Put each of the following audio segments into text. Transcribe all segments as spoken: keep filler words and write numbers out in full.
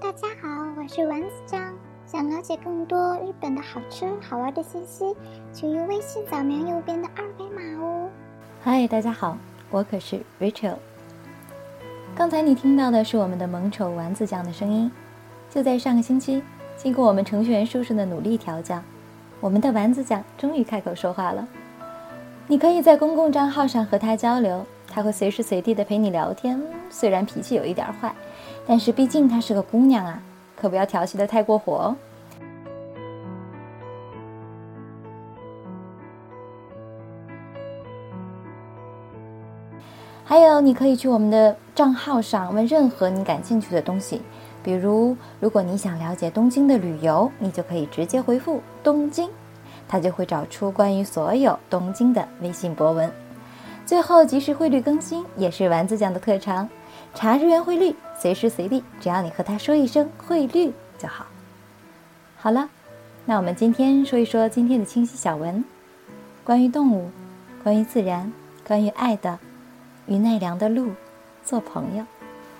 大家好，我是丸子酱。想了解更多日本的好吃好玩的信息，请用微信扫描右边的二维码哦。 嗨，大家好，我可是 Rachel。刚才你听到的是我们的萌宠丸子酱的声音。就在上个星期，经过我们程序员叔叔的努力调教，我们的丸子酱终于开口说话了。你可以在公共账号上和他交流，他会随时随地的陪你聊天，虽然脾气有一点坏，但是毕竟她是个姑娘啊，可不要调戏得太过火哦。还有，你可以去我们的账号上问任何你感兴趣的东西，比如如果你想了解东京的旅游，你就可以直接回复东京，它就会找出关于所有东京的微信博文。最后即时汇率更新也是丸子酱的特长，查日元汇率随时随地，只要你和他说一声汇率就好。好了，那我们今天说一说今天的清晰小文，关于动物，关于自然，关于爱的与奈良的鹿做朋友。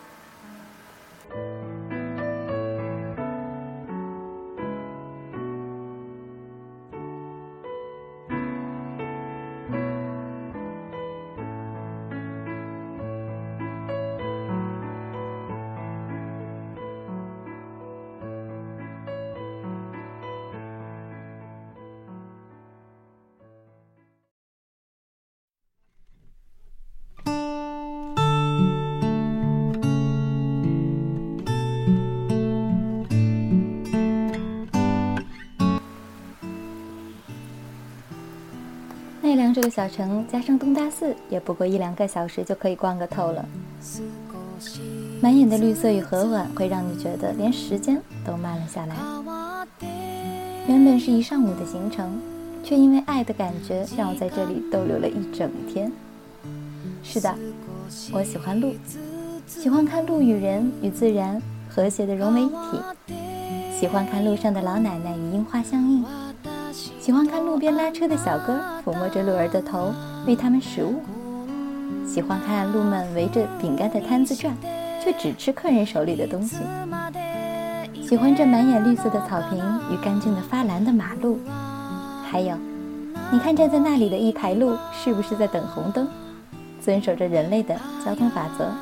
奈良这个小城加上东大寺也不过一两个小时就可以逛个透了。满眼的绿色与和缓会让你觉得连时间都慢了下来。原本是一上午的行程，却因为爱的感觉让我在这里逗留了一整天。是的，我喜欢鹿，喜欢看鹿与人与自然和谐地融为一体，喜欢看路上的老奶奶与樱花相映，喜欢看路边拉车的小哥抚摸着鹿儿的头，喂它们食物，喜欢看鹿们围着饼干的摊子转，却只吃客人手里的东西，喜欢这满眼绿色的草坪与干净的发蓝的马路。还有，你看站在那里的一排鹿是不是在等红灯，遵守着人类的交通法则。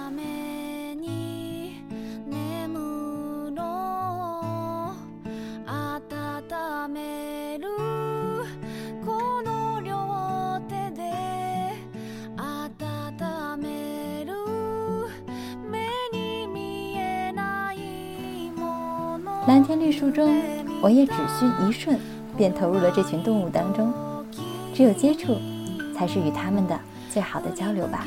蓝天绿树中，我也只需一瞬便投入了这群动物当中，只有接触才是与他们的最好的交流吧。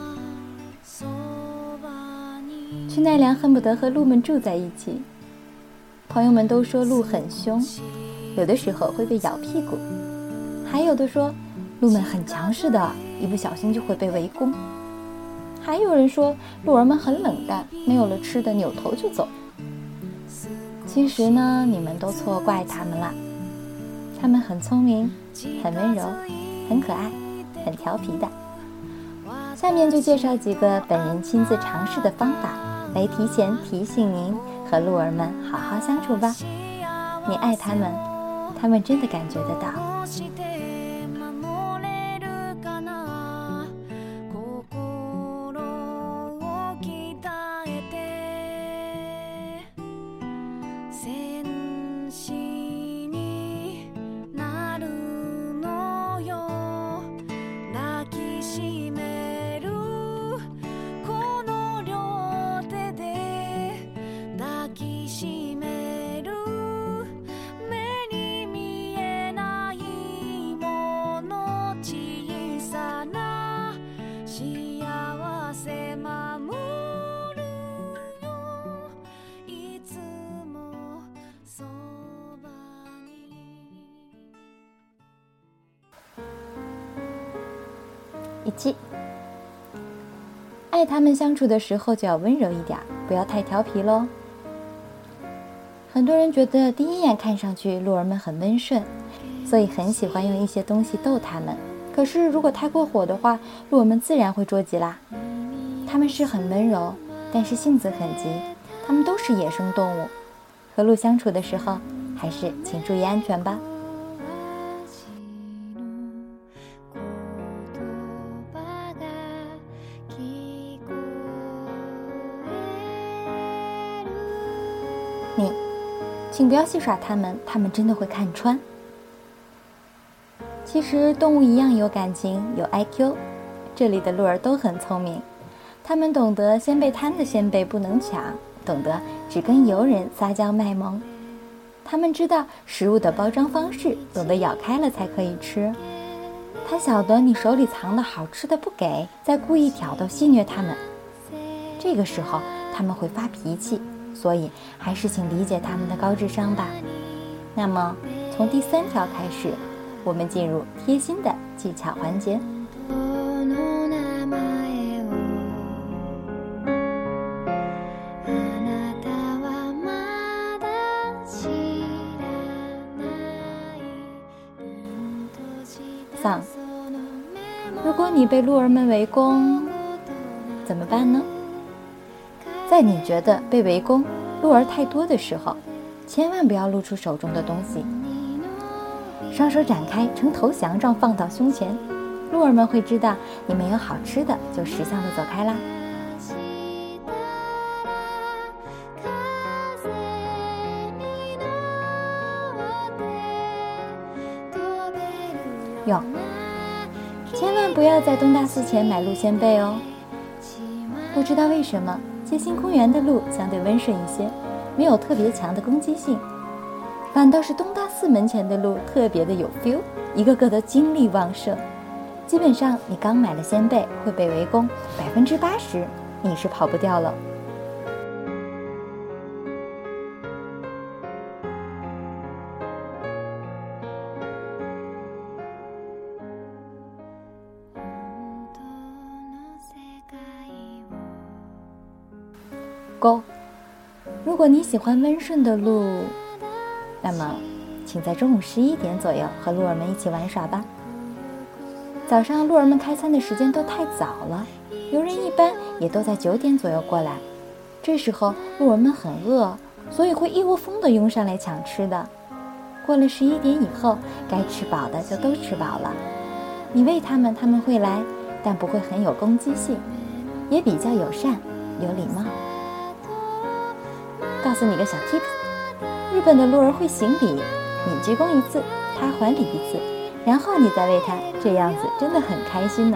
去奈良恨不得和鹿们住在一起。朋友们都说鹿很凶，有的时候会被咬屁股，还有的说鹿们很强势的，一不小心就会被围攻，还有人说鹿儿们很冷淡，没有了吃的扭头就走。其实呢，你们都错怪他们了，他们很聪明，很温柔，很可爱，很调皮的。下面就介绍几个本人亲自尝试的方法，来提前提醒您和鹿儿们好好相处吧。你爱他们，他们真的感觉得到。一，爱他们相处的时候就要温柔一点，不要太调皮咯。很多人觉得第一眼看上去鹿儿们很温顺，所以很喜欢用一些东西逗他们，可是如果太过火的话，鹿儿们自然会着急啦。他们是很温柔，但是性子很急， 它们都是野生动物，和鹿相处的时候，还是请注意安全吧。你，请不要戏耍它们，它们真的会看穿。其实动物一样有感情，有 I Q。这里的鹿儿都很聪明，它们懂得先被贪的先辈不能抢，懂得只跟游人撒娇卖萌。它们知道食物的包装方式，懂得咬开了才可以吃。它晓得你手里藏的好吃的不给，再故意挑逗戏谑它们。这个时候它们会发脾气，所以还是请理解它们的高智商吧。那么从第三条开始，我们进入贴心的技巧环节。三，如果你被鹿儿们围攻，怎么办呢？在你觉得被围攻、鹿儿太多的时候，千万不要露出手中的东西。双手展开呈投降状放到胸前，鹿儿们会知道你没有好吃的，就识相的走开啦。哟，千万不要在东大寺前买鹿仙贝哦。不知道为什么，街心公园的鹿相对温顺一些，没有特别强的攻击性，反倒是东大寺门前的鹿特别的有 feel， 一个个的精力旺盛。基本上你刚买了仙贝会被围攻，百分之八十你是跑不掉了。勾，如果你喜欢温顺的鹿，那么请在中午十一点左右和鹿儿们一起玩耍吧。早上鹿儿们开餐的时间都太早了，游人一般也都在九点左右过来，这时候鹿儿们很饿，所以会一窝蜂地拥上来抢吃的。过了十一点以后，该吃饱的就都吃饱了，你喂它们，它们会来，但不会很有攻击性，也比较友善有礼貌。告诉你个小 tips， 日本的鹿儿会行礼，你鞠躬一次，它还礼一次，然后你再喂它，这样子真的很开心呢。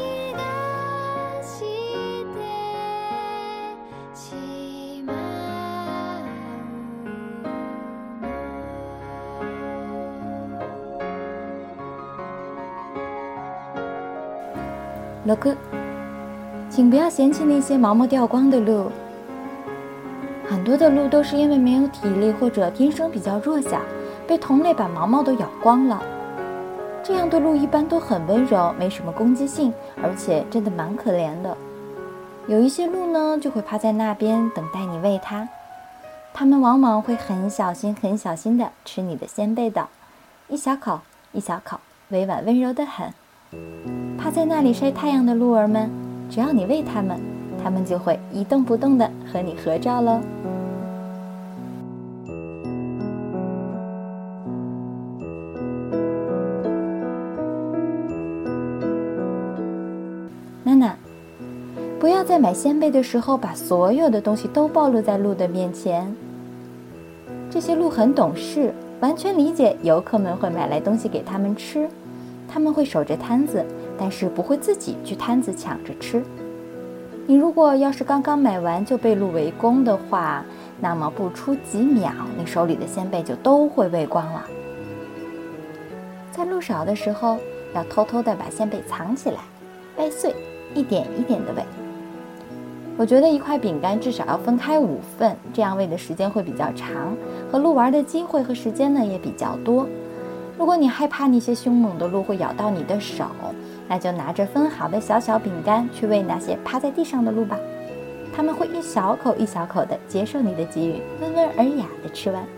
六，请不要嫌弃那些毛毛掉光的鹿。很多的鹿都是因为没有体力或者天生比较弱小，被同类把毛毛都咬光了。这样的鹿一般都很温柔，没什么攻击性，而且真的蛮可怜的。有一些鹿呢，就会趴在那边等待你喂它，它们往往会很小心很小心地吃你的鲜贝的，一小口一小口，委婉温柔得很。趴在那里晒太阳的鹿儿们，只要你喂它们，它们就会一动不动地和你合照喽。娜娜，不要在买鲜贝的时候把所有的东西都暴露在鹿的面前。这些鹿很懂事，完全理解游客们会买来东西给他们吃，他们会守着摊子，但是不会自己去摊子抢着吃。你如果要是刚刚买完就被鹿围攻的话，那么不出几秒，你手里的鲜贝就都会喂光了。在鹿少的时候，要偷偷地把鲜贝藏起来，掰碎，一点一点的喂。我觉得一块饼干至少要分开五份，这样喂的时间会比较长，和鹿玩的机会和时间呢也比较多。如果你害怕那些凶猛的鹿会咬到你的手，那就拿着分好的小小饼干去喂那些趴在地上的鹿吧，它们会一小口一小口地接受你的给予，温文尔雅地吃完。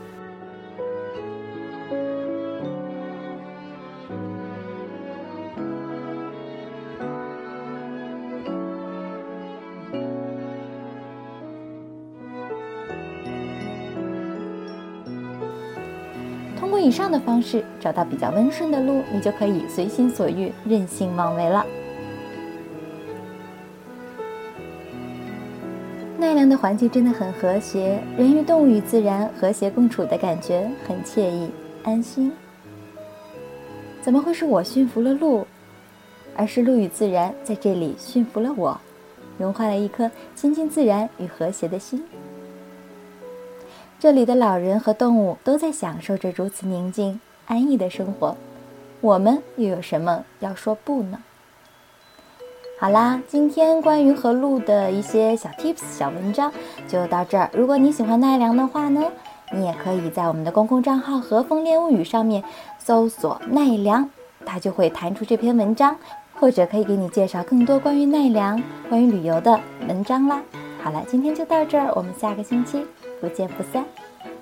通过以上的方式找到比较温顺的路，你就可以随心所欲，任性妄为了。奈良的环境真的很和谐，人与动物与自然和谐共处的感觉很惬意安心。怎么会是我驯服了鹿，而是鹿与自然在这里驯服了我，融化了一颗亲近自然与和谐的心。这里的老人和动物都在享受着如此宁静安逸的生活，我们又有什么要说不呢？好啦，今天关于和鹿的一些小 tips 小文章就到这儿。如果你喜欢奈良的话呢，你也可以在我们的公共账号和风恋物语上面搜索奈良，它就会弹出这篇文章，或者可以给你介绍更多关于奈良关于旅游的文章啦。好了，今天就到这儿，我们下个星期不见不散。